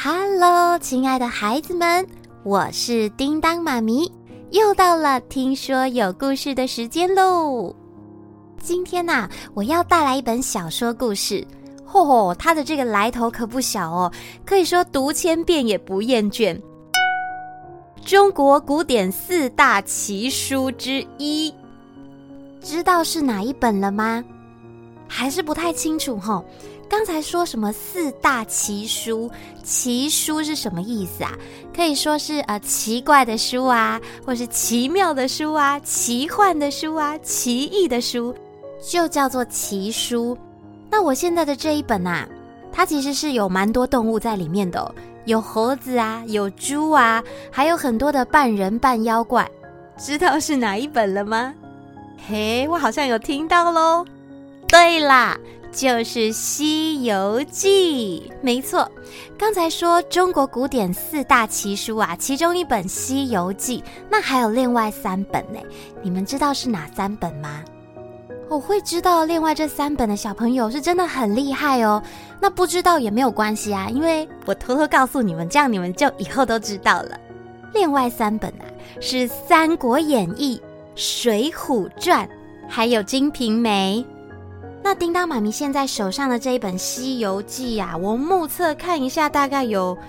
Hello， 亲爱的孩子们，我是叮当妈咪，又到了听说有故事的时间喽。今天我要带来一本小说故事，它的这个来头可不小哦，可以说读千遍也不厌倦。中国古典4大奇书之一，知道是哪一本了吗？还是不太清楚齁。刚才说什么4大奇书，奇书是什么意思啊？可以说是奇怪的书啊，或是奇妙的书啊，奇幻的书啊，奇异的书，就叫做奇书。那我现在的这一本它其实是有蛮多动物在里面的有猴子啊，有猪啊，还有很多的半人半妖怪。知道是哪一本了吗？嘿，我好像有听到咯。对啦，就是《西游记》。没错，刚才说中国古典4大奇书其中一本《西游记》，那还有另外3本呢。你们知道是哪3本吗？我会知道另外这3本的小朋友是真的很厉害哦。那不知道也没有关系因为我偷偷告诉你们，这样你们就以后都知道了。另外3本是《三国演义》、《水浒传》还有《金瓶梅》。那叮当妈咪现在手上的这一本《西游记》我目测看一下，大概有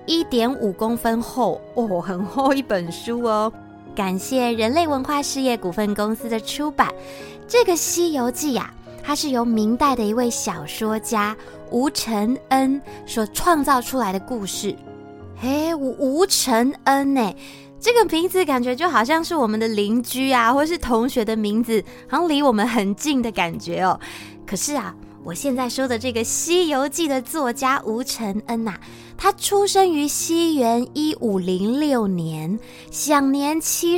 1.5 公分厚很厚一本书哦。感谢人类文化事业股份公司的出版。这个《西游记》它是由明代的一位小说家吴承恩所创造出来的故事。吴承恩这个名字感觉就好像是我们的邻居或是同学的名字，好像离我们很近的感觉哦。可是我现在说的这个《西游记》的作家吴承恩他出生于西元1506年，享年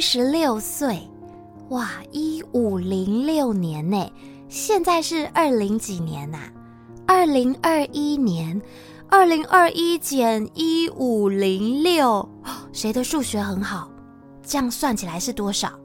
76岁。哇，1506年呢，现在是20几年2021年，2021减1506，谁的数学很好？这样算起来是多少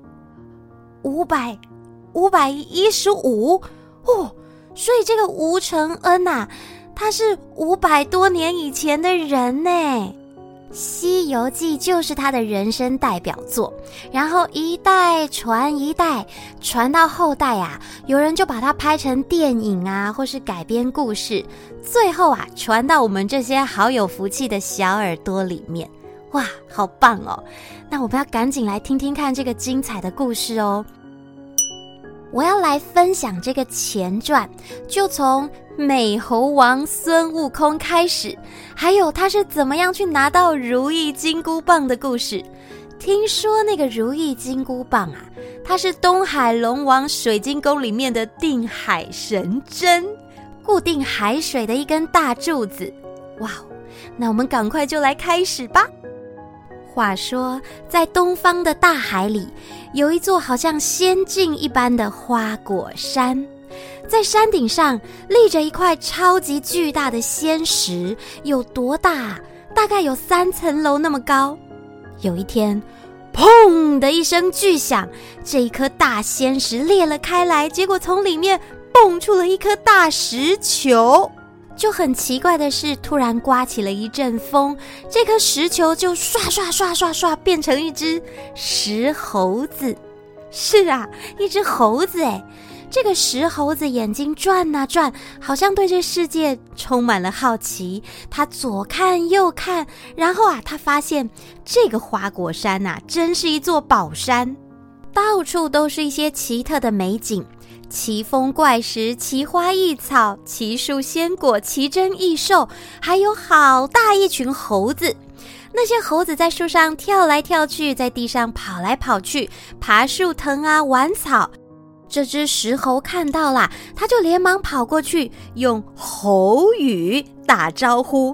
？515所以这个吴承恩他是500多年以前的人呢。《西游记》就是他的人生代表作，然后一代传一代，传到后代有人就把它拍成电影或是改编故事，最后传到我们这些好有福气的小耳朵里面。哇，好棒哦！那我们要赶紧来听听看这个精彩的故事哦。我要来分享这个前传，就从美猴王孙悟空开始，还有他是怎么样去拿到如意金箍棒的故事。听说那个如意金箍棒它是东海龙王水晶宫里面的定海神针，固定海水的一根大柱子。哇，那我们赶快就来开始吧。话说在东方的大海里，有一座好像仙境一般的花果山，在山顶上立着一块超级巨大的仙石，有多大大概有3层楼那么高。有一天，砰的一声巨响，这一颗大仙石裂了开来，结果从里面蹦出了一颗大石球。就很奇怪的是，突然刮起了一阵风，这颗石球就刷刷刷刷刷变成一只石猴子。是一只猴子这个石猴子眼睛转转，好像对这世界充满了好奇。他左看右看，然后他发现这个花果山真是一座宝山，到处都是一些奇特的美景，奇峰怪石，奇花异草，奇树鲜果，奇珍异兽，还有好大一群猴子。那些猴子在树上跳来跳去，在地上跑来跑去，爬树藤玩草。这只石猴看到了，他就连忙跑过去，用猴语打招呼。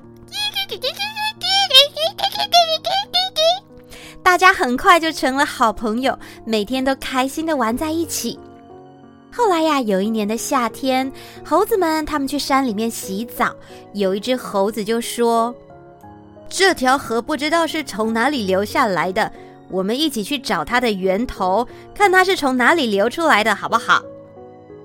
大家很快就成了好朋友，每天都开心地玩在一起。后来有一年的夏天，猴子们他们去山里面洗澡，有一只猴子就说：这条河不知道是从哪里流下来的，我们一起去找它的源头，看它是从哪里流出来的好不好？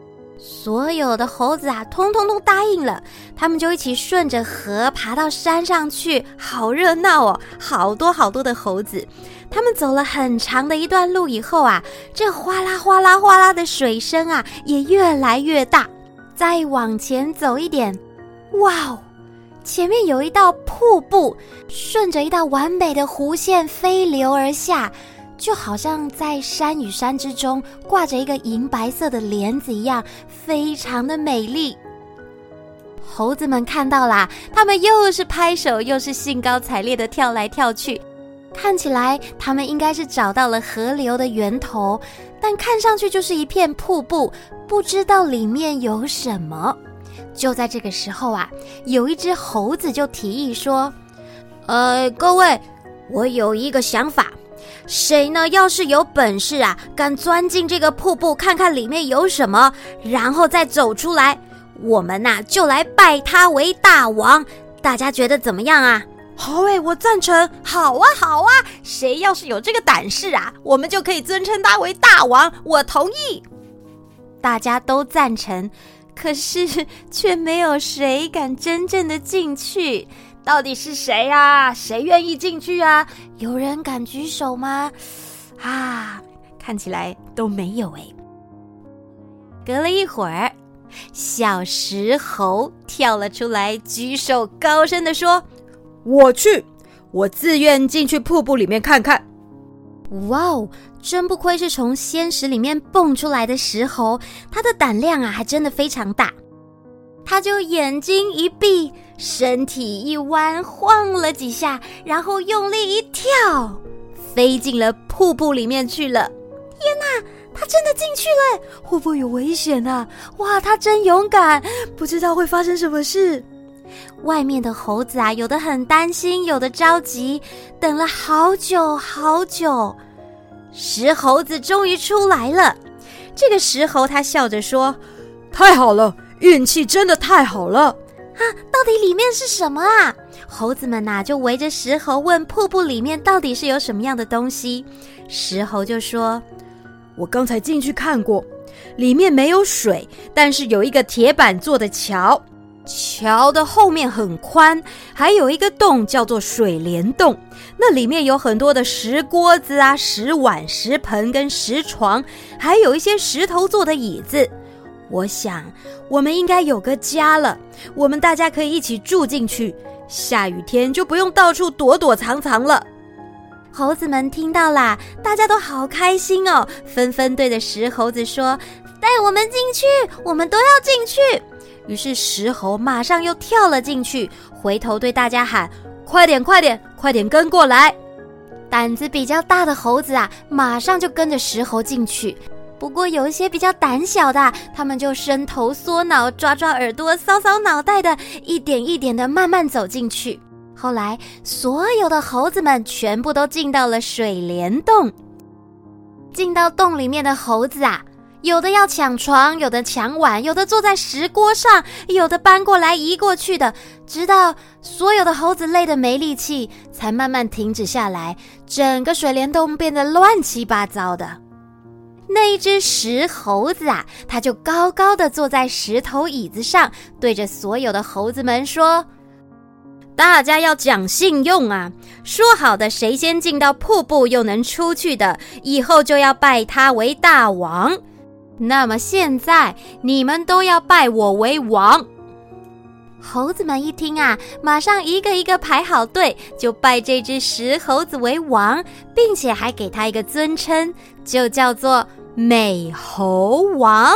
所有的猴子啊，通通都答应了，他们就一起顺着河爬到山上去，好热闹哦，好多好多的猴子。他们走了很长的一段路以后啊，这哗啦哗啦哗啦的水声啊，也越来越大。再往前走一点，哇哦，前面有一道瀑布，顺着一道完美的弧线飞流而下，就好像在山与山之中挂着一个银白色的帘子一样，非常的美丽。猴子们看到啦，他们又是拍手又是兴高采烈的跳来跳去，看起来他们应该是找到了河流的源头，但看上去就是一片瀑布，不知道里面有什么。就在这个时候啊，有一只猴子就提议说，各位，我有一个想法，谁呢要是有本事啊，敢钻进这个瀑布看看里面有什么，然后再走出来，我们就来拜他为大王，大家觉得怎么样啊？ 好我赞成。好啊好啊，谁要是有这个胆识啊，我们就可以尊称他为大王，我同意。 大家都赞成，可是却没有谁敢真正的进去。 到底是谁啊？谁愿意进去啊？ 有人敢举手吗？看起来都没有隔了一会儿，小石猴跳了出来，举手高声地说， 我去，我自愿进去瀑布里面看看。 哇哦，真不愧是从仙石里面蹦出来的石猴，他的胆量还真的非常大。他就眼睛一闭，身体一弯，晃了几下，然后用力一跳，飞进了瀑布里面去了。天哪，他真的进去了， 会不会有危险啊？哇，他真勇敢，不知道会发生什么事。 外面的猴子有的很担心，有的着急，等了好久好久，石猴子终于出来了。这个石猴他笑着说， 太好了，运气真的太好了到底里面是什么啊？猴子们就围着石猴问瀑布里面到底是有什么样的东西。石猴就说， 我刚才进去看过，里面没有水，但是有一个铁板做的桥，桥的后面很宽，还有一个洞叫做水帘洞，那里面有很多的石锅子石碗、石盆跟石床，还有一些石头做的椅子。我想我们应该有个家了，我们大家可以一起住进去，下雨天就不用到处躲躲藏藏了。 猴子们听到啦，大家都好开心哦，纷纷对着石猴子说，带我们进去，我们都要进去。于是石猴马上又跳了进去，回头对大家喊，快点快点快点跟过来。胆子比较大的猴子马上就跟着石猴进去，不过有一些比较胆小的，他们就伸头缩脑，抓抓耳朵，搔搔脑袋的，一点一点的慢慢走进去。后来所有的猴子们全部都进到了水帘洞。进到洞里面的猴子有的要抢床，有的抢碗，有的坐在石锅上，有的搬过来移过去的，直到所有的猴子累得没力气，才慢慢停止下来，整个水帘洞变得乱七八糟的。那一只石猴子他就高高的坐在石头椅子上，对着所有的猴子们说，大家要讲信用说好的谁先进到瀑布又能出去的，以后就要拜他为大王。那么现在你们都要拜我为王。猴子们一听马上一个一个排好队，就拜这只石猴子为王，并且还给他一个尊称，就叫做美猴王。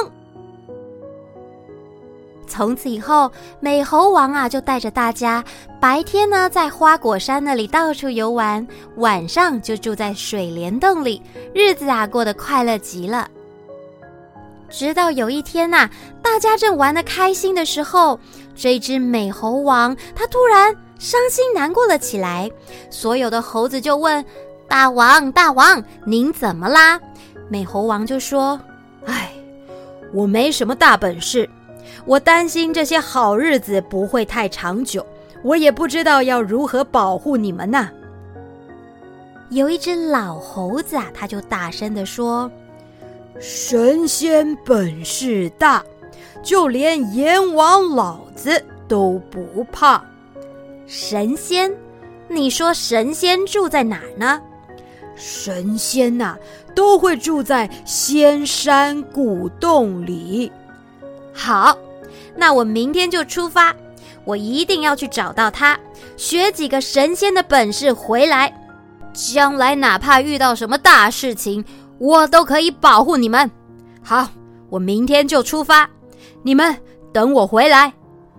从此以后，美猴王就带着大家，白天呢在花果山那里到处游玩，晚上就住在水帘洞里，日子过得快乐极了。直到有一天大家正玩得开心的时候，这只美猴王他突然伤心难过了起来。所有的猴子就问，大王大王，您怎么啦？美猴王就说， 我没什么大本事，我担心这些好日子不会太长久，我也不知道要如何保护你们呢。 有一只老猴子他就大声地说， 神仙本事大， 就连阎王老子都不怕。 神仙？你说神仙住在哪儿呢？ 神仙都会住在仙山古洞里。 好，那我明天就出发，我一定要去找到他，学几个神仙的本事回来。将来哪怕遇到什么大事情，我都可以保护你们。好，我明天就出发，你们等我回来。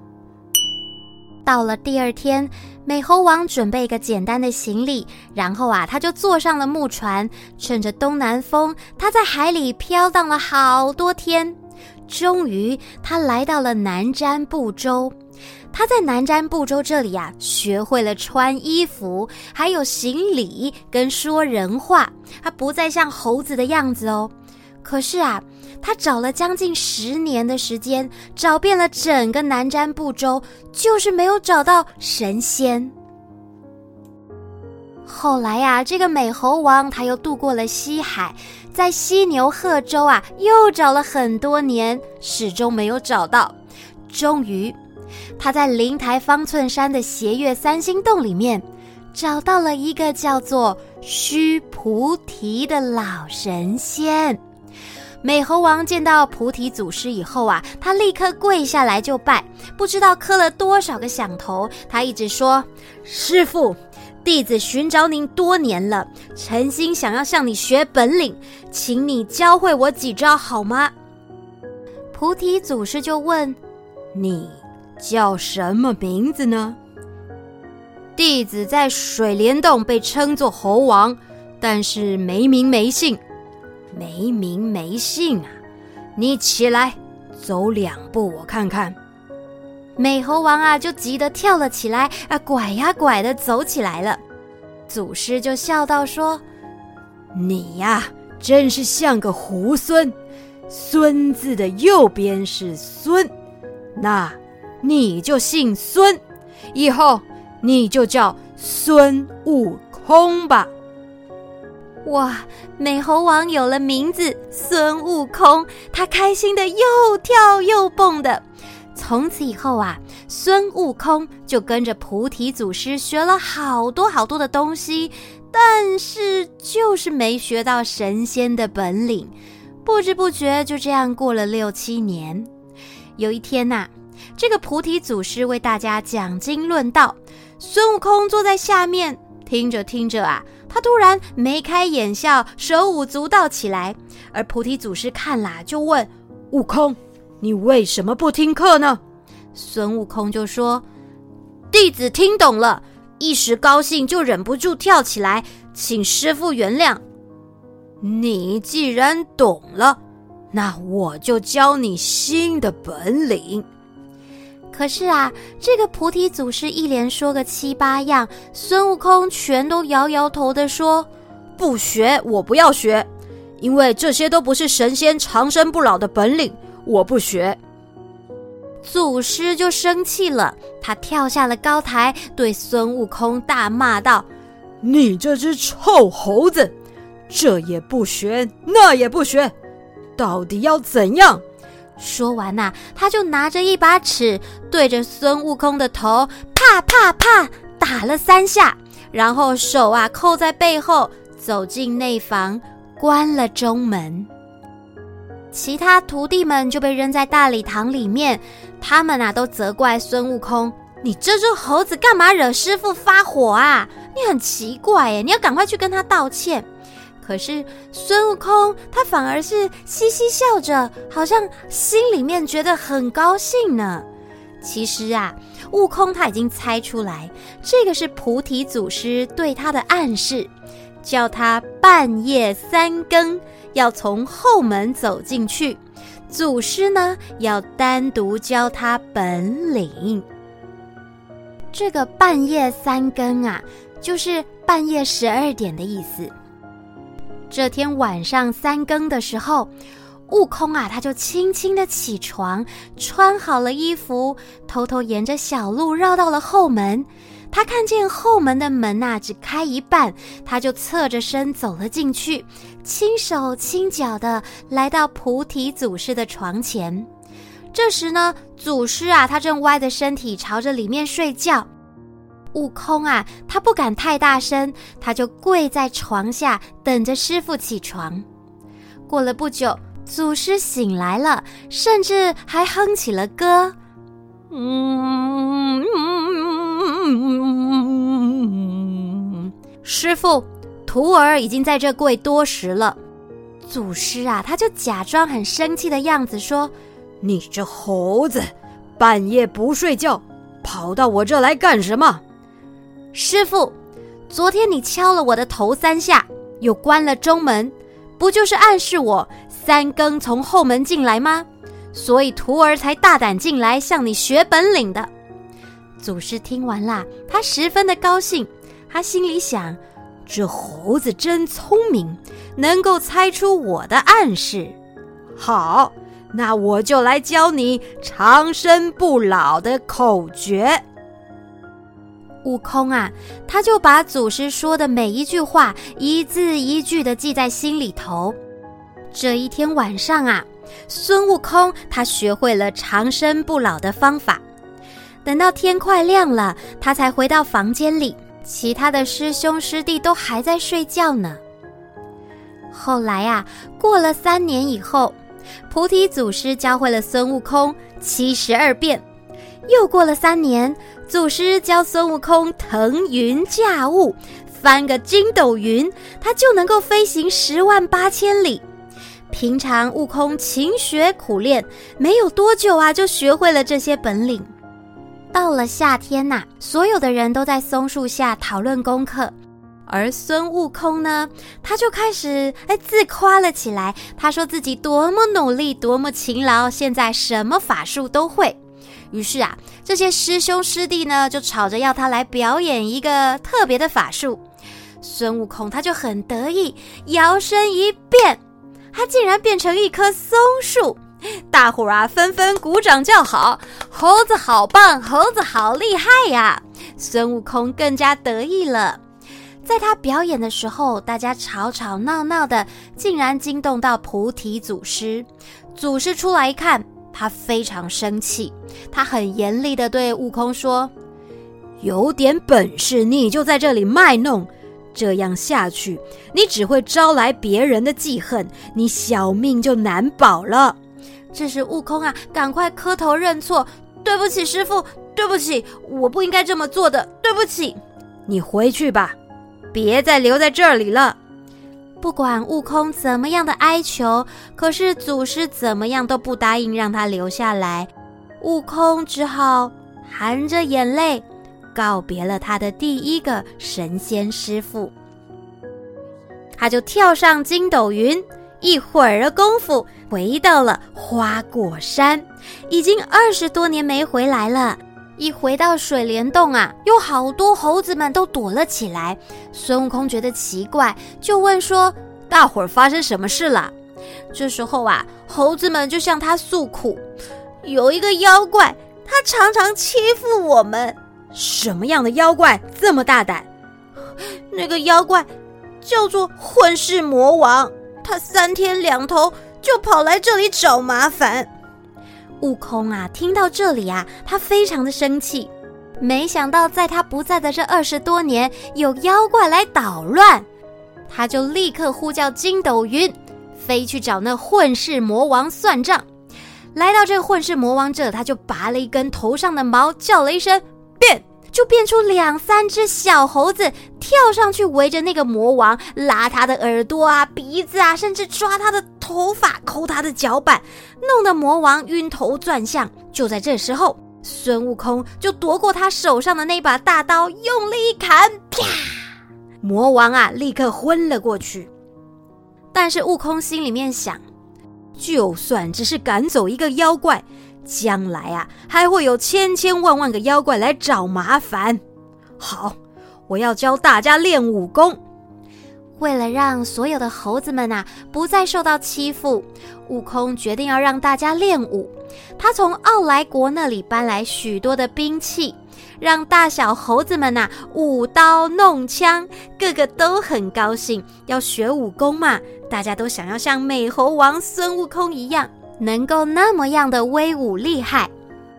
到了第二天，美猴王准备一个简单的行李，然后他就坐上了木船，趁着东南风，他在海里飘荡了好多天。终于他来到了南瞻部洲。他在南瞻部洲这里学会了穿衣服，还有行礼跟说人话，他不再像猴子的样子哦。可是他找了将近10年的时间，找遍了整个南瞻部洲，就是没有找到神仙。后来这个美猴王他又渡过了西海，在犀牛贺州又找了很多年，始终没有找到。终于他在灵台方寸山的斜月三星洞里面找到了一个叫做须菩提的老神仙。美猴王见到菩提祖师以后他立刻跪下来就拜，不知道磕了多少个响头。他一直说：师父，弟子寻找您多年了，诚心想要向你学本领，请你教会我几招好吗？菩提祖师就问： 你叫什么名字呢？ 弟子在水帘洞被称作猴王，但是没名没姓。 没名没姓你起来走2步我看看。 美猴王就急得跳了起来，拐呀拐的走起来了。祖师就笑道说： 你真是像个猢狲，孙字的右边是孙，那你就姓孙，以后你就叫孙悟空吧。 哇，美猴王有了名字孙悟空，他开心的又跳又蹦的。从此以后孙悟空就跟着菩提祖师学了好多好多的东西，但是就是没学到神仙的本领。不知不觉就这样过了6、7年。有一天这个菩提祖师为大家讲经论道，孙悟空坐在下面听着听着他突然眉开眼笑，手舞足蹈起来。而菩提祖师看了就问： 悟空，你为什么不听课呢？ 孙悟空就说：弟子听懂了，一时高兴就忍不住跳起来，请师父原谅。 你既然懂了，那我就教你新的本领。 可是这个菩提祖师一连说个7、8样，孙悟空全都摇摇头的说： 不学，我不要学，因为这些都不是神仙长生不老的本领，我不学。 祖师就生气了，他跳下了高台，对孙悟空大骂道： 你这只臭猴子，这也不学，那也不学，到底要怎样？ 说完他就拿着一把尺，对着孙悟空的头啪啪啪打了3下，然后手扣在背后，走进内房，关了中门。其他徒弟们就被扔在大礼堂里面，他们都责怪孙悟空：你这只猴子干嘛惹师父发火你很奇怪耶，你要赶快去跟他道歉。可是孙悟空他反而是嘻嘻笑着，好像心里面觉得很高兴呢。其实悟空他已经猜出来，这个是菩提祖师对他的暗示，叫他半夜3更要从后门走进去，祖师呢要单独教他本领。这个半夜3更就是半夜12点的意思。这天晚上3更的时候，悟空他就轻轻的起床，穿好了衣服，偷偷沿着小路绕到了后门。他看见后门的门只开一半，他就侧着身走了进去，轻手轻脚的来到菩提祖师的床前。 这时呢，祖师啊，他正歪着身体朝着里面睡觉。悟空啊，他不敢太大声，他就跪在床下等着师父起床。过了不久，祖师醒来了，甚至还哼起了歌。师父，徒儿已经在这跪多时了。祖师啊，他就假装很生气的样子说： 你这猴子，半夜不睡觉，跑到我这来干什么？ 师父，昨天你敲了我的头3下，又关了中门，不就是暗示我3更从后门进来吗？所以徒儿才大胆进来向你学本领的。祖师听完啦，他十分的高兴，他心里想，这猴子真聪明，能够猜出我的暗示。 好，那我就来教你长生不老的口诀。 悟空啊，他就把祖师说的每一句话一字一句的记在心里头。这一天晚上啊，孙悟空他学会了长生不老的方法。等到天快亮了，他才回到房间里，其他的师兄师弟都还在睡觉呢。后来啊，过了3年以后，菩提祖师教会了孙悟空72变。又过了3年，祖师教孙悟空腾云驾雾，翻个筋斗云，他就能够飞行108000里。平常悟空勤学苦练，没有多久啊，就学会了这些本领。到了夏天啊，所有的人都在松树下讨论功课，而孙悟空呢，他就开始自夸了起来。他说自己多么努力，多么勤劳，现在什么法术都会。于是啊，这些师兄师弟呢，就吵着要他来表演一个特别的法术。孙悟空他就很得意，摇身一变，他竟然变成一棵松树。大伙儿啊，纷纷鼓掌叫好，猴子好棒，猴子好厉害呀！孙悟空更加得意了。在他表演的时候，大家吵吵闹闹的，竟然惊动到菩提祖师。祖师出来一看，他非常生气，他很严厉地对悟空说：有点本事你就在这里卖弄，这样下去你只会招来别人的记恨，你小命就难保了。这时悟空啊，赶快磕头认错：对不起师父，对不起，我不应该这么做的，对不起。 你回去吧，别再留在这里了。 不管悟空怎么样的哀求，可是祖师怎么样都不答应让他留下来。悟空只好含着眼泪告别了他的第一个神仙师父。他就跳上筋斗云，一会儿的功夫回到了花果山。已经20多年没回来了，一回到水帘洞啊，有好多猴子们都躲了起来。孙悟空觉得奇怪，就问说：大伙儿发生什么事了？这时候啊，猴子们就向他诉苦：有一个妖怪，他常常欺负我们。 什么样的妖怪这么大胆？ 那个妖怪叫做混世魔王，他3天2头就跑来这里找麻烦。悟空啊，听到这里啊，他非常的生气。没想到在他不在的这20多年，有妖怪来捣乱，他就立刻呼叫筋斗云，飞去找那混世魔王算账。来到这个混世魔王这，他就拔了一根头上的毛，叫了一声变，就变出2、3只小猴子，跳上去围着那个魔王，拉他的耳朵啊、鼻子啊，甚至抓他的头发，抠他的脚板，弄得魔王晕头转向。就在这时候，孙悟空就夺过他手上的那把大刀，用力一砍，啪！魔王啊，立刻昏了过去。但是悟空心里面想，就算只是赶走一个妖怪，将来啊，还会有千千万万个妖怪来找麻烦。好，我要教大家练武功。为了让所有的猴子们啊不再受到欺负，悟空决定要让大家练武。他从奥来国那里搬来许多的兵器，让大小猴子们啊舞刀弄枪，个个都很高兴。要学武功嘛，大家都想要像美猴王孙悟空一样。 能够那么样的威武厉害。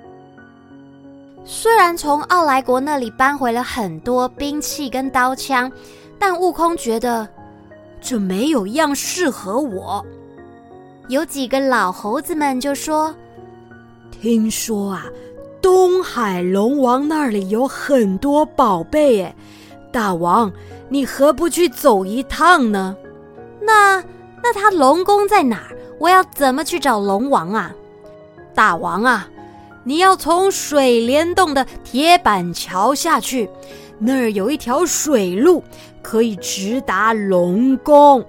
虽然从奥莱国那里搬回了很多兵器跟刀枪，但悟空觉得这没有一样适合我。 有几个老猴子们就说， 听说啊，东海龙王那里有很多宝贝耶，大王，你何不去走一趟呢？ 那他龙宫在哪儿？我要怎么去找龙王啊？ 大王啊，你要从水帘洞的铁板桥下去，那儿有一条水路，可以直达龙宫。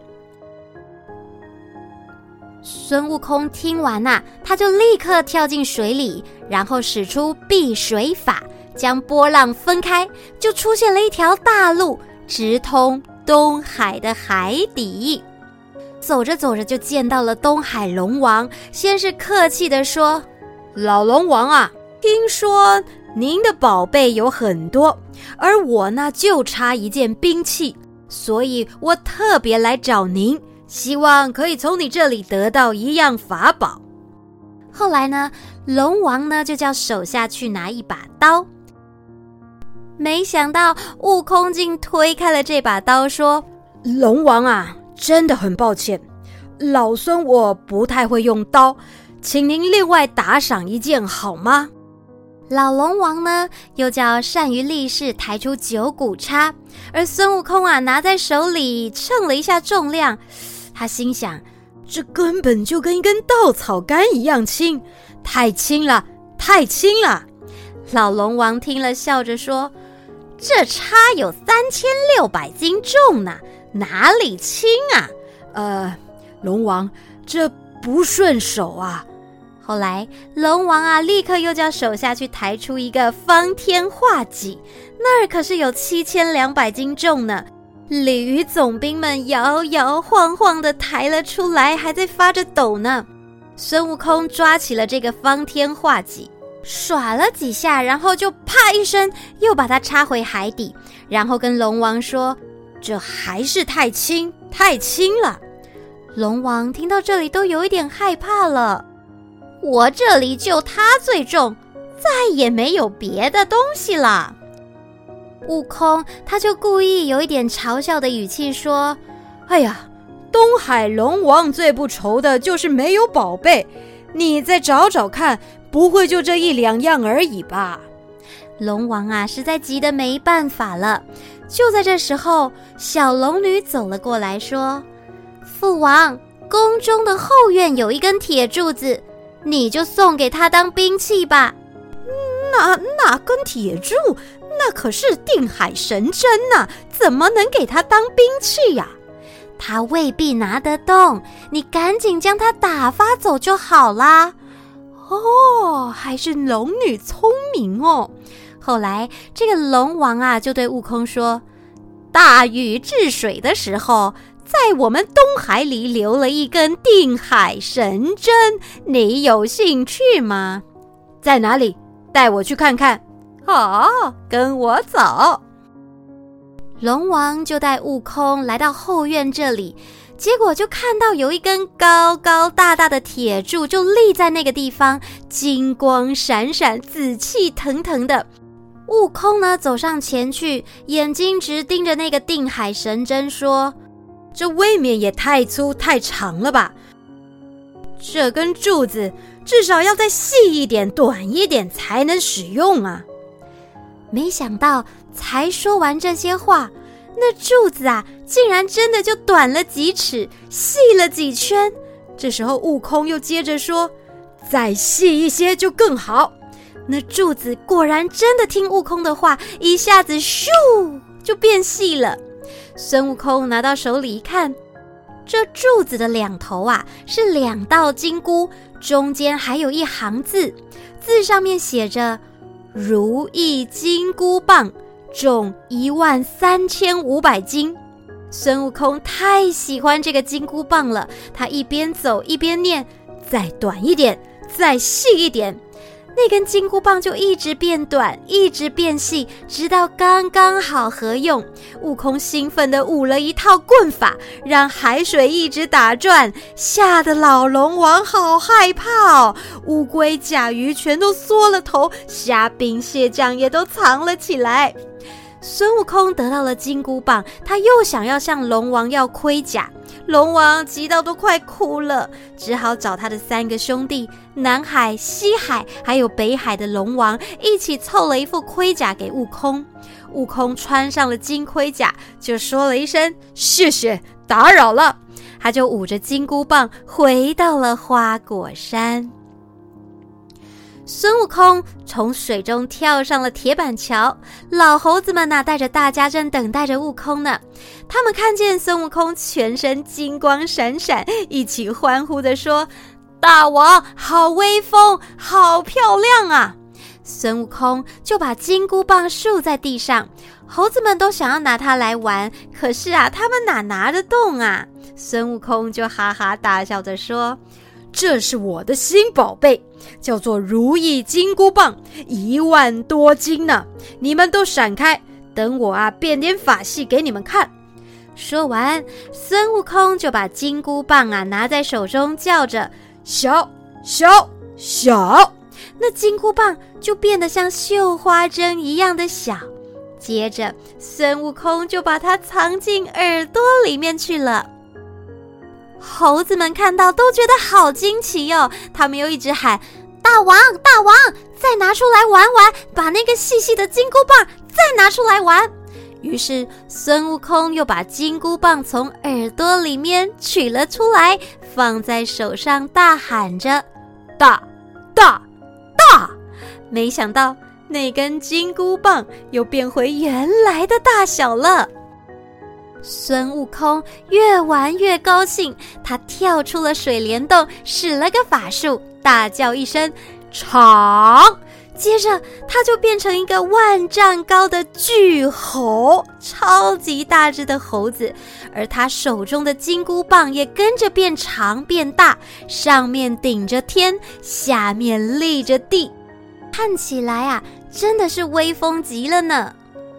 孙悟空听完他就立刻跳进水里，然后使出避水法，将波浪分开，就出现了一条大路，直通东海的海底。走着走着就见到了东海龙王，先是客气地说， 老龙王啊，听说您的宝贝有很多，而我呢就差一件兵器，所以我特别来找您，希望可以从你这里得到一样法宝。 后来呢，龙王呢就叫手下去拿一把刀，没想到悟空竟推开了这把刀，说， 龙王啊，真的很抱歉，老孙我不太会用刀，请您另外打赏一件好吗？ 老龙王呢又叫善于力士抬出9股叉，而孙悟空拿在手里称了一下重量，他心想， 这根本就跟一根稻草杆一样轻，太轻了，太轻了。 老龙王听了笑着说，这叉有3600斤重呢，哪里轻啊？ 龙王，这不顺手啊。 后来龙王立刻又叫手下去抬出一个方天画戟，那儿可是有7200斤重呢。鲤鱼总兵们摇摇晃晃地抬了出来，还在发着抖呢。孙悟空抓起了这个方天画戟，耍了几下，然后就啪一声又把它插回海底，然后跟龙王说， 这还是太轻，太轻了。 龙王听到这里都有一点害怕了，我这里就它最重，再也没有别的东西了。悟空他就故意有一点嘲笑的语气说， 哎呀，东海龙王最不愁的就是没有宝贝，你再找找看，不会就这1、2样而已吧？ 龙王实在急得没办法了。就在这时候，小龙女走了过来说，父王，宫中的后院有一根铁柱子，你就送给他当兵器吧。 那根铁柱，那可是定海神针啊，怎么能给他当兵器呀？ 他未必拿得动，你赶紧将他打发走就好啦。 哦，还是龙女聪明哦。 后来这个龙王就对悟空说，大禹治水的时候，在我们东海里留了一根定海神针，你有兴趣吗？ 在哪里？带我去看看。 好，跟我走。龙王就带悟空来到后院这里，结果就看到有一根高高大大的铁柱就立在那个地方，金光闪闪，紫气腾腾的。悟空呢走上前去，眼睛直盯着那个定海神针说， 这未免也太粗太长了吧，这根柱子至少要再细一点短一点才能使用啊。 没想到才说完这些话，那柱子竟然真的就短了几尺，细了几圈。 这时候悟空又接着说，再细一些就更好。 那柱子果然真的听悟空的话，一下子咻就变细了。孙悟空拿到手里一看，这柱子的两头是2道金箍，中间还有一行字，字上面写着如意金箍棒，重13500斤。孙悟空太喜欢这个金箍棒了，他一边走一边念，再短一点，再细一点。 那根金箍棒就一直变短，一直变细，直到刚刚好合用。悟空兴奋地舞了一套棍法，让海水一直打转，吓得老龙王好害怕哦。乌龟、甲鱼全都缩了头，虾兵蟹将也都藏了起来。孙悟空得到了金箍棒，他又想要向龙王要盔甲，龙王急到都快哭了，只好找他的3个兄弟，南海、西海还有北海的龙王一起凑了一副盔甲给悟空。悟空穿上了金盔甲，就说了一声谢谢，打扰了，他就舞着金箍棒回到了花果山。孙悟空从水中跳上了铁板桥，老猴子们带着大家正等待着悟空呢。他们看见孙悟空全身金光闪闪，一起欢呼地说：大王好威风，好漂亮啊！孙悟空就把金箍棒竖在地上，猴子们都想要拿它来玩，可是他们哪拿得动啊？孙悟空就哈哈大笑着说：这是我的新宝贝，叫做如意金箍棒，1万多斤呢！你们都闪开，等我变点法戏给你们看。说完，孙悟空就把金箍棒拿在手中，叫着小小小，那金箍棒就变得像绣花针一样的小。接着，孙悟空就把它藏进耳朵里面去了。猴子们看到都觉得好惊奇哦，他们又一直喊：大王大王，再拿出来玩玩，把那个细细的金箍棒再拿出来玩。于是孙悟空又把金箍棒从耳朵里面取了出来，放在手上，大喊着大大大。没想到那根金箍棒又变回原来的大小了。孙悟空越玩越高兴，他跳出了水帘洞，使了个法术，大叫一声长，接着他就变成一个1丈高的巨猴，超级大只的猴子，而他手中的金箍棒也跟着变长变大，上面顶着天，下面立着地，看起来真的是威风极了呢。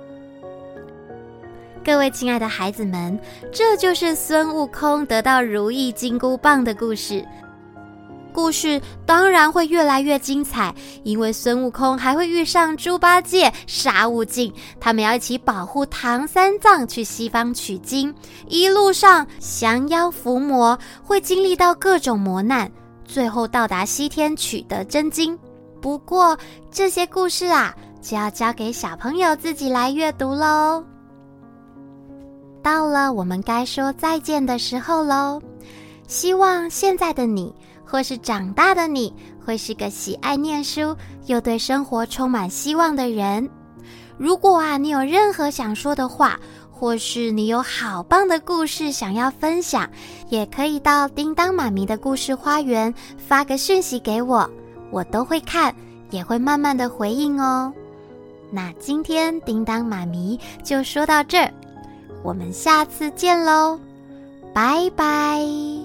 各位亲爱的孩子们，这就是孙悟空得到如意金箍棒的故事。故事当然会越来越精彩，因为孙悟空还会遇上猪八戒、沙悟净，他们要一起保护唐三藏去西方取经，一路上降妖伏魔，会经历到各种磨难，最后到达西天取得真经。不过这些故事就要交给小朋友自己来阅读咯。到了我们该说再见的时候咯，希望现在的你或是长大的你会是个喜爱念书又对生活充满希望的人。如果你有任何想说的话，或是你有好棒的故事想要分享，也可以到叮当妈咪的故事花园发个讯息给我，我都会看，也会慢慢的回应哦。那今天叮当妈咪就说到这儿，我们下次见咯，拜拜。